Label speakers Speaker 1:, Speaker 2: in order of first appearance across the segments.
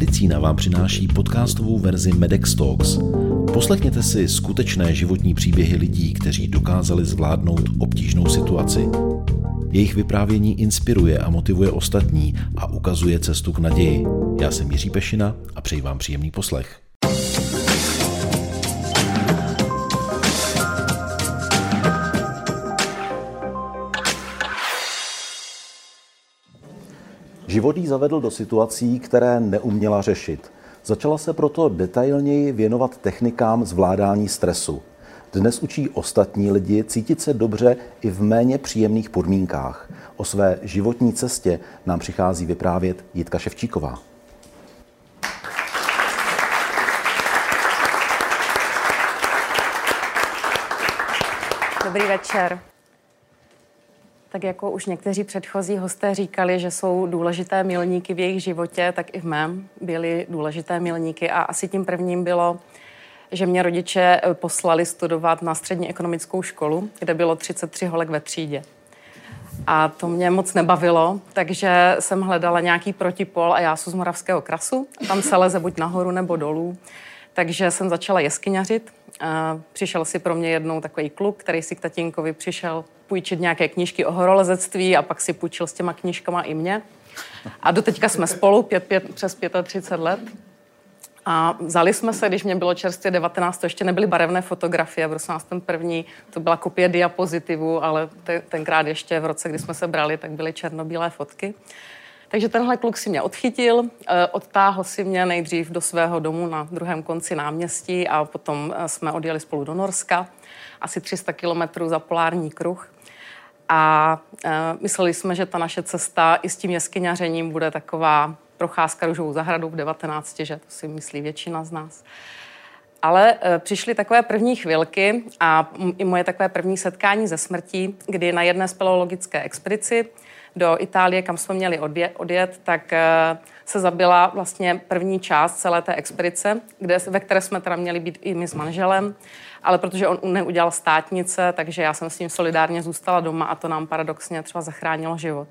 Speaker 1: Medicína vám přináší podcastovou verzi Medex Talks. Poslechněte si skutečné životní příběhy lidí, kteří dokázali zvládnout obtížnou situaci. Jejich vyprávění inspiruje a motivuje ostatní a ukazuje cestu k naději. Já jsem Jiří Pešina a přeji vám příjemný poslech. Život jí zavedl do situací, které neuměla řešit. Začala se proto detailněji věnovat technikám zvládání stresu. Dnes učí ostatní lidi cítit se dobře i v méně příjemných podmínkách. O své životní cestě nám přichází vyprávět Jitka Ševčíková.
Speaker 2: Dobrý večer. Tak jako už někteří předchozí hosté říkali, že jsou důležité milníky v jejich životě, tak i v mém byly důležité milníky. A asi tím prvním bylo, že mě rodiče poslali studovat na střední ekonomickou školu, kde bylo 33 holek ve třídě. A to mě moc nebavilo, takže jsem hledala nějaký protipol a já jsem z Moravského krasu. Tam se leze buď nahoru nebo dolů. Takže jsem začala jeskyňařit. Přišel si pro mě jednou takový kluk, který si k tatínkovi přišel půjčit nějaké knížky o horolezectví a pak si půjčil s těma knížkama i mě. A doteďka jsme spolu přes 35 let. A vzali jsme se, když mě bylo čerstvě 19, to ještě nebyly barevné fotografie, prosím nás ten první, to byla kopie diapozitivu, ale tenkrát ještě v roce, kdy jsme se brali, tak byly černobílé fotky. Takže tenhle kluk si mě odchytil, odtáhl si mě nejdřív do svého domu na druhém konci náměstí a potom jsme odjeli spolu do Norska, asi 300 kilometrů za polární kruh. A mysleli jsme, že ta naše cesta i s tím jeskyňařením bude taková procházka růžovou zahradou v 19, že to si myslí většina z nás. Ale přišly takové první chvilky a i moje takové první setkání se smrtí, kdy na jedné speleologické expedici do Itálie, kam jsme měli odjet, tak se zabila vlastně první část celé té expedice, ve které jsme teda měli být i my s manželem, ale protože on neudělal státnice, takže já jsem s ním solidárně zůstala doma a to nám paradoxně třeba zachránilo život.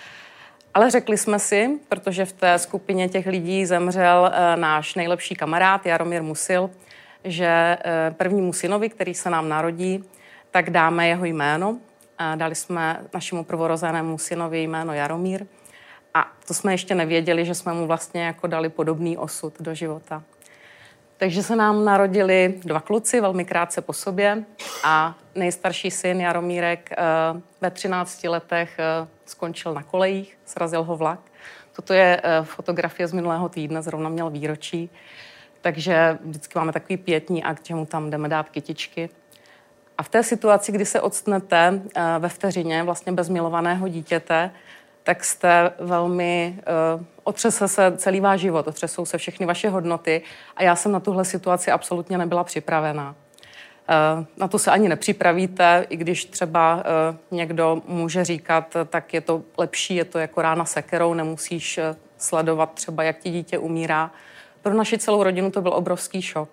Speaker 2: Ale řekli jsme si, protože v té skupině těch lidí zemřel náš nejlepší kamarád Jaromír Musil, že prvnímu synovi, který se nám narodí, tak dáme jeho jméno. Dali jsme našemu prvorozenému synovi jméno Jaromír a to jsme ještě nevěděli, že jsme mu vlastně jako dali podobný osud do života. Takže se nám narodili 2 kluci velmi krátce po sobě a nejstarší syn Jaromírek ve 13 letech skončil na kolejích, srazil ho vlak. Toto je fotografie z minulého týdne, zrovna měl výročí, takže vždycky máme takový pietní akt, že mu tam jdeme dát kytičky. A v té situaci, kdy se odstnete ve vteřině vlastně bez milovaného dítěte, tak jste velmi, otřese se celý váš život, otřesou se všechny vaše hodnoty a já jsem na tuhle situaci absolutně nebyla připravená. Na to se ani nepřipravíte, i když třeba někdo může říkat, tak je to lepší, je to jako rána sekerou, nemusíš sledovat třeba, jak ti dítě umírá. Pro naši celou rodinu to byl obrovský šok.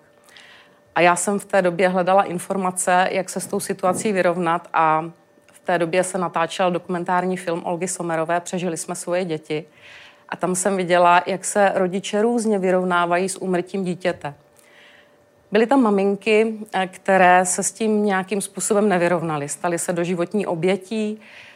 Speaker 2: A já jsem v té době hledala informace, jak se s tou situací vyrovnat a v té době se natáčel dokumentární film Olgy Sommerové Přežili jsme svoje děti. A tam jsem viděla, jak se rodiče různě vyrovnávají s úmrtím dítěte. Byly tam maminky, které se s tím nějakým způsobem nevyrovnaly, staly se do životní obětí.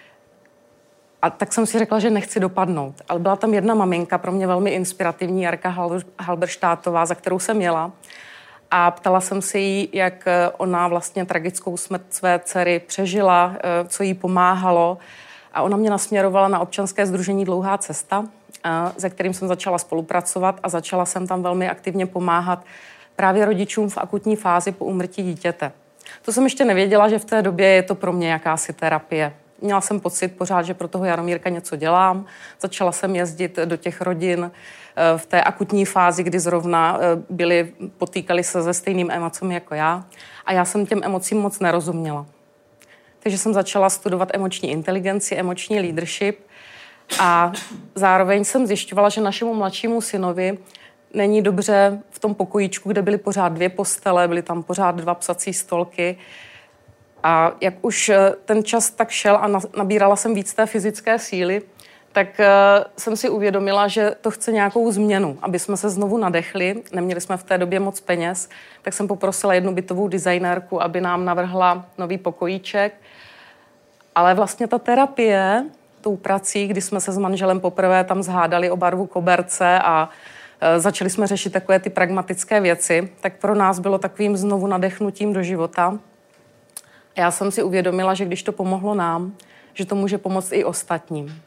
Speaker 2: A tak jsem si řekla, že nechci dopadnout. Ale byla tam jedna maminka, pro mě velmi inspirativní, Jarka Halberštátová, za kterou jsem jela. A ptala jsem se jí, jak ona vlastně tragickou smrt své dcery přežila, co jí pomáhalo. A ona mě nasměrovala na občanské sdružení Dlouhá cesta, se kterým jsem začala spolupracovat a začala jsem tam velmi aktivně pomáhat právě rodičům v akutní fázi po úmrtí dítěte. To jsem ještě nevěděla, že v té době je to pro mě jakási terapie. Měla jsem pocit pořád, že pro toho Jaromírka něco dělám. Začala jsem jezdit do těch rodin v té akutní fázi, kdy zrovna potýkali se se stejnými emocemi jako já. A já jsem těm emocím moc nerozuměla. Takže jsem začala studovat emoční inteligenci, emoční leadership a zároveň jsem zjišťovala, že našemu mladšímu synovi není dobře v tom pokojíčku, kde byly pořád 2 postele, byly tam pořád 2 psací stolky. A jak už ten čas tak šel a nabírala jsem víc té fyzické síly, tak jsem si uvědomila, že to chce nějakou změnu, aby jsme se znovu nadechli. Neměli jsme v té době moc peněz, tak jsem poprosila jednu bytovou designérku, aby nám navrhla nový pokojíček. Ale vlastně ta terapie, tou prací, kdy jsme se s manželem poprvé tam zhádali o barvu koberce a začali jsme řešit takové ty pragmatické věci, tak pro nás bylo takovým znovu nadechnutím do života. Já jsem si uvědomila, že když to pomohlo nám, že to může pomoct i ostatním.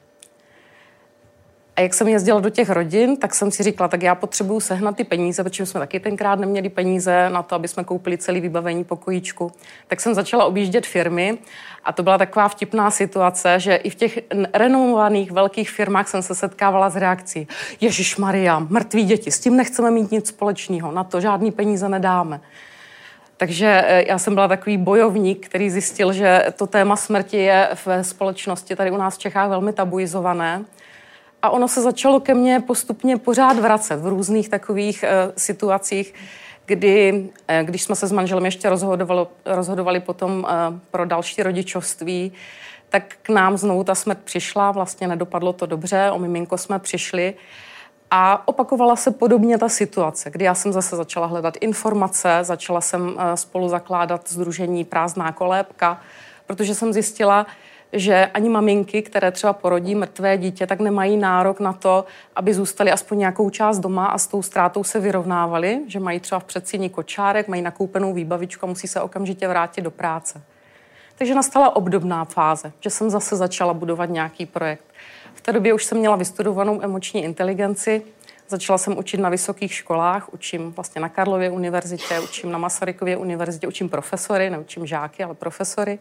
Speaker 2: A jak jsem jezdila do těch rodin, tak jsem si říkala, tak já potřebuju sehnat ty peníze, protože jsme taky tenkrát neměli peníze na to, aby jsme koupili celý vybavení pokojíčku. Tak jsem začala objíždět firmy a to byla taková vtipná situace, že i v těch renomovaných velkých firmách jsem se setkávala s reakcí. Ježišmarja, mrtví děti, s tím nechceme mít nic společného, na to žádný peníze nedáme. Takže já jsem byla takový bojovník, který zjistil, že to téma smrti je ve společnosti tady u nás v Čechách velmi tabuizované. A ono se začalo ke mně postupně pořád vracet v různých takových situacích, když jsme se s manželem ještě rozhodovali potom pro další rodičovství, tak k nám znovu ta smrt přišla, vlastně nedopadlo to dobře, o miminko jsme přišli a opakovala se podobně ta situace, kdy já jsem zase začala hledat informace, začala jsem spolu zakládat sdružení Prázdná kolébka, protože jsem zjistila, že ani maminky, které třeba porodí mrtvé dítě, tak nemají nárok na to, aby zůstali aspoň nějakou část doma a s tou ztrátou se vyrovnávali, že mají třeba v předsíni kočárek, mají nakoupenou výbavičku a musí se okamžitě vrátit do práce. Takže nastala obdobná fáze, že jsem zase začala budovat nějaký projekt. V té době už jsem měla vystudovanou emoční inteligenci, začala jsem učit na vysokých školách, učím vlastně na Karlově univerzitě, učím na Masarykově univerzitě, učím profesory, neučím žáky, ale profesory.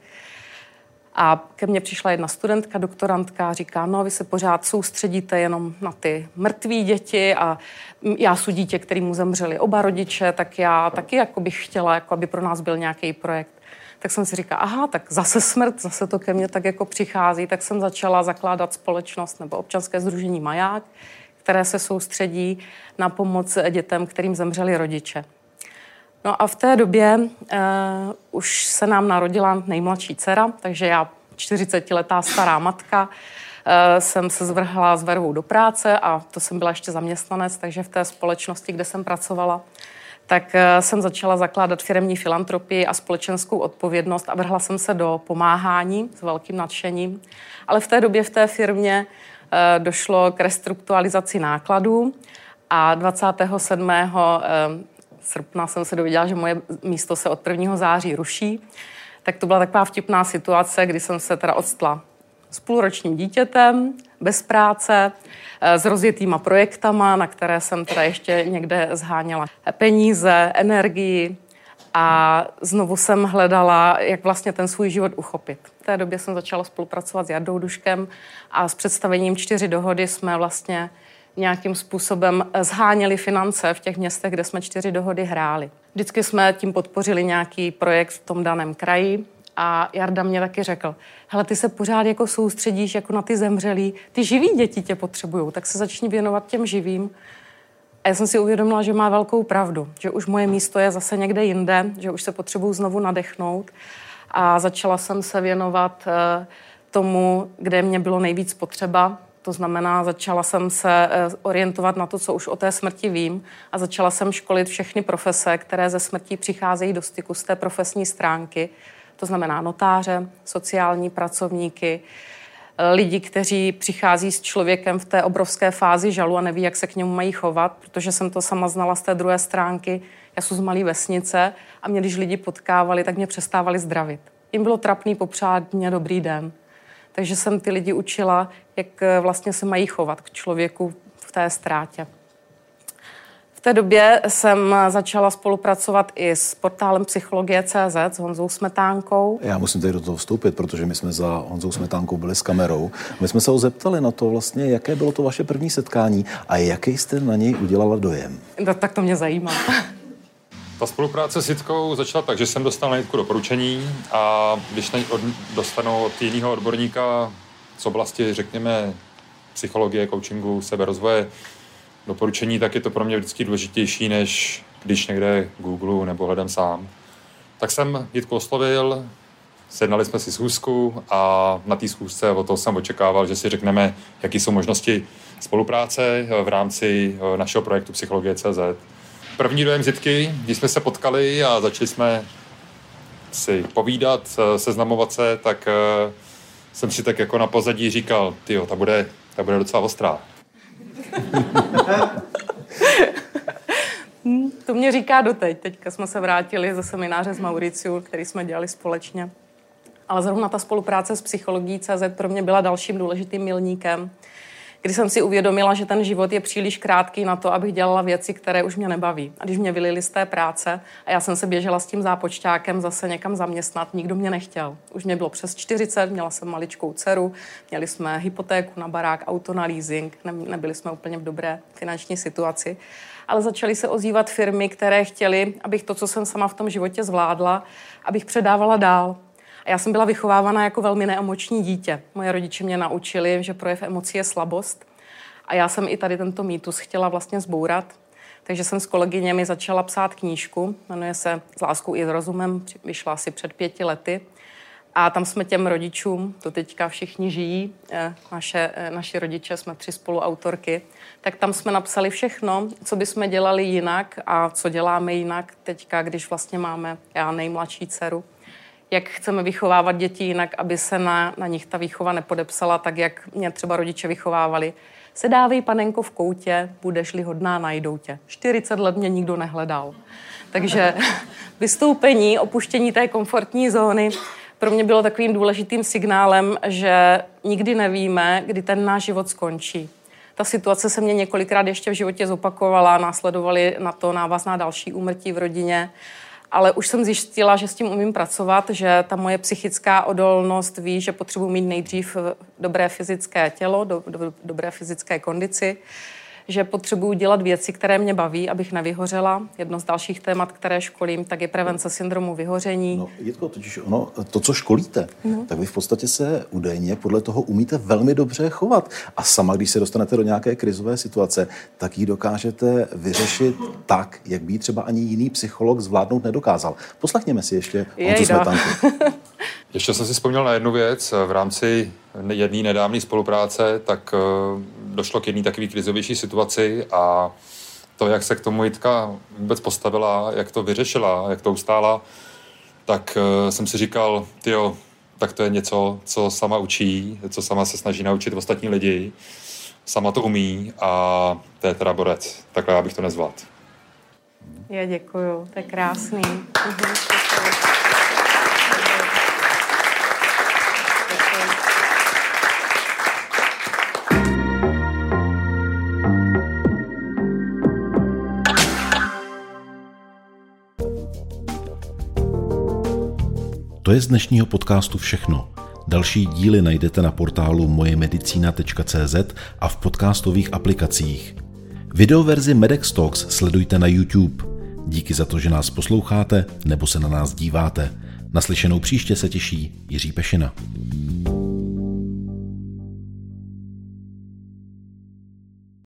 Speaker 2: A ke mně přišla jedna studentka, doktorantka a říká, no vy se pořád soustředíte jenom na ty mrtví děti a já jsem dítě, kterému zemřeli oba rodiče, tak já taky jako bych chtěla, jako aby pro nás byl nějaký projekt. Tak jsem si říkala, aha, tak zase smrt, zase to ke mně tak jako přichází, tak jsem začala zakládat společnost nebo občanské sdružení Maják, které se soustředí na pomoc dětem, kterým zemřeli rodiče. No a v té době už se nám narodila nejmladší dcera, takže já 40letá stará matka jsem se zvrhla s vervou do práce a to jsem byla ještě zaměstnanec, takže v té společnosti, kde jsem pracovala, tak jsem začala zakládat firemní filantropii a společenskou odpovědnost a vrhla jsem se do pomáhání s velkým nadšením. Ale v té době v té firmě došlo k restrukturalizaci nákladů a 27. srpna jsem se dověděla, že moje místo se od 1. září ruší. Tak to byla taková vtipná situace, kdy jsem se teda odstla s půlročním dítětem, bez práce, s rozjetýma projektama, na které jsem teda ještě někde zháněla peníze, energii a znovu jsem hledala, jak vlastně ten svůj život uchopit. V té době jsem začala spolupracovat s Jardou Duškem a s představením 4 dohody jsme vlastně nějakým způsobem zháněli finance v těch městech, kde jsme 4 dohody hráli. Vždycky jsme tím podpořili nějaký projekt v tom daném kraji a Jarda mě taky řekl, hele, ty se pořád jako soustředíš jako na ty zemřelí, ty živý děti tě potřebujou, tak se začni věnovat těm živým. A já jsem si uvědomila, že má velkou pravdu, že už moje místo je zase někde jinde, že už se potřebuju znovu nadechnout a začala jsem se věnovat tomu, kde mě bylo nejvíc potřeba. To znamená, začala jsem se orientovat na to, co už o té smrti vím a začala jsem školit všechny profese, které ze smrtí přicházejí do styku z té profesní stránky. To znamená notáře, sociální pracovníky, lidi, kteří přichází s člověkem v té obrovské fázi žalu a neví, jak se k němu mají chovat, protože jsem to sama znala z té druhé stránky. Já jsem z malé vesnice a mě, když lidi potkávali, tak mě přestávali zdravit. Jim bylo trapný popřát mě dobrý den. Takže jsem ty lidi učila, jak vlastně se mají chovat k člověku v té ztrátě. V té době jsem začala spolupracovat i s portálem Psychologie.cz s Honzou Smetánkou.
Speaker 1: Já musím tady do toho vstoupit, protože my jsme za Honzou Smetánkou byli s kamerou. My jsme se ho zeptali na to vlastně, jaké bylo to vaše první setkání a jaký jste na něj udělala dojem.
Speaker 2: No, tak to mě zajímá.
Speaker 3: Ta spolupráce s Jitkou začala tak, že jsem dostal na Jitku doporučení a když dostanu od jiného odborníka z oblasti, řekněme, psychologie, coachingu, seberozvoje, doporučení, tak je to pro mě vždycky důležitější, než když někde Google nebo hledám sám. Tak jsem Jitku oslovil, Sjednali jsme si schůzku a na té schůzce od toho jsem očekával, že si řekneme, jaké jsou možnosti spolupráce v rámci našeho projektu Psychologie.cz. První dojem z Jitky, když jsme se potkali a začali jsme si povídat, seznamovat se, tak jsem si tak jako na pozadí říkal, tyjo, ta bude docela ostrá.
Speaker 2: To mě říká doteď. Teďka jsme se vrátili ze semináře z Mauriciu, který jsme dělali společně. Ale zrovna ta spolupráce s Psychologií.cz pro mě byla dalším důležitým milníkem, kdy jsem si uvědomila, že ten život je příliš krátký na to, abych dělala věci, které už mě nebaví. A když mě vylili z té práce a já jsem se běžela s tím zápočťákem zase někam zaměstnat, nikdo mě nechtěl. Už mě bylo přes 40, měla jsem maličkou dceru, měli jsme hypotéku na barák, auto na leasing, nebyli jsme úplně v dobré finanční situaci. Ale začaly se ozývat firmy, které chtěly, abych to, co jsem sama v tom životě zvládla, abych předávala dál. A já jsem byla vychovávána jako velmi neemoční dítě. Moje rodiče mě naučili, že projev emocí je slabost. A já jsem i tady tento mýtus chtěla vlastně zbourat. Takže jsem s kolegyněmi začala psát knížku. Jmenuje se S láskou i s rozumem. Vyšla asi před 5 lety. A tam jsme těm rodičům, to teďka všichni žijí, naši rodiče, jsme 3 spoluautorky, tak tam jsme napsali všechno, co bychom dělali jinak a co děláme jinak teďka, když vlastně máme nejmladší dceru. Jak chceme vychovávat děti jinak, aby se na nich ta výchova nepodepsala, tak jak mě třeba rodiče vychovávali. Sedávej, panenko, v koutě, budeš-li hodná, najdou tě. 40 let mě nikdo nehledal. Takže vystoupení, opuštění té komfortní zóny pro mě bylo takovým důležitým signálem, že nikdy nevíme, kdy ten náš život skončí. Ta situace se mě několikrát ještě v životě zopakovala, následovaly na to návazná další úmrtí v rodině, ale už jsem zjistila, že s tím umím pracovat, že ta moje psychická odolnost ví, že potřebuji mít nejdřív dobré fyzické tělo, dobré fyzické kondici, že potřebuji dělat věci, které mě baví, abych nevyhořela. Jedno z dalších témat, které školím, tak je prevence syndromu vyhoření.
Speaker 1: No, Jitko, totiž to, co školíte, tak vy v podstatě se údajně podle toho umíte velmi dobře chovat. A sama, když se dostanete do nějaké krizové situace, tak ji dokážete vyřešit tak, jak by ji třeba ani jiný psycholog zvládnout nedokázal. Poslechněme si ještě Honzu Smetanku.
Speaker 3: Ještě jsem si vzpomněl na jednu věc. V rámci jedné nedávné spolupráce, tak došlo k jedné takové krizovější situaci a to, jak se k tomu Jitka vůbec postavila, jak to vyřešila, jak to ustála, tak jsem si říkal, tyjo, tak to je něco, co sama učí, co sama se snaží naučit ostatní lidi, sama to umí a to je teda borec. Takhle já bych to nezvládl.
Speaker 2: Děkuju, to je krásný.
Speaker 1: To je z dnešního podcastu všechno. Další díly najdete na portálu mojemedicina.cz a v podcastových aplikacích. Videoverzi Medex Talks sledujte na YouTube. Díky za to, že nás posloucháte nebo se na nás díváte. Naslyšenou příště se těší Jiří Pešina.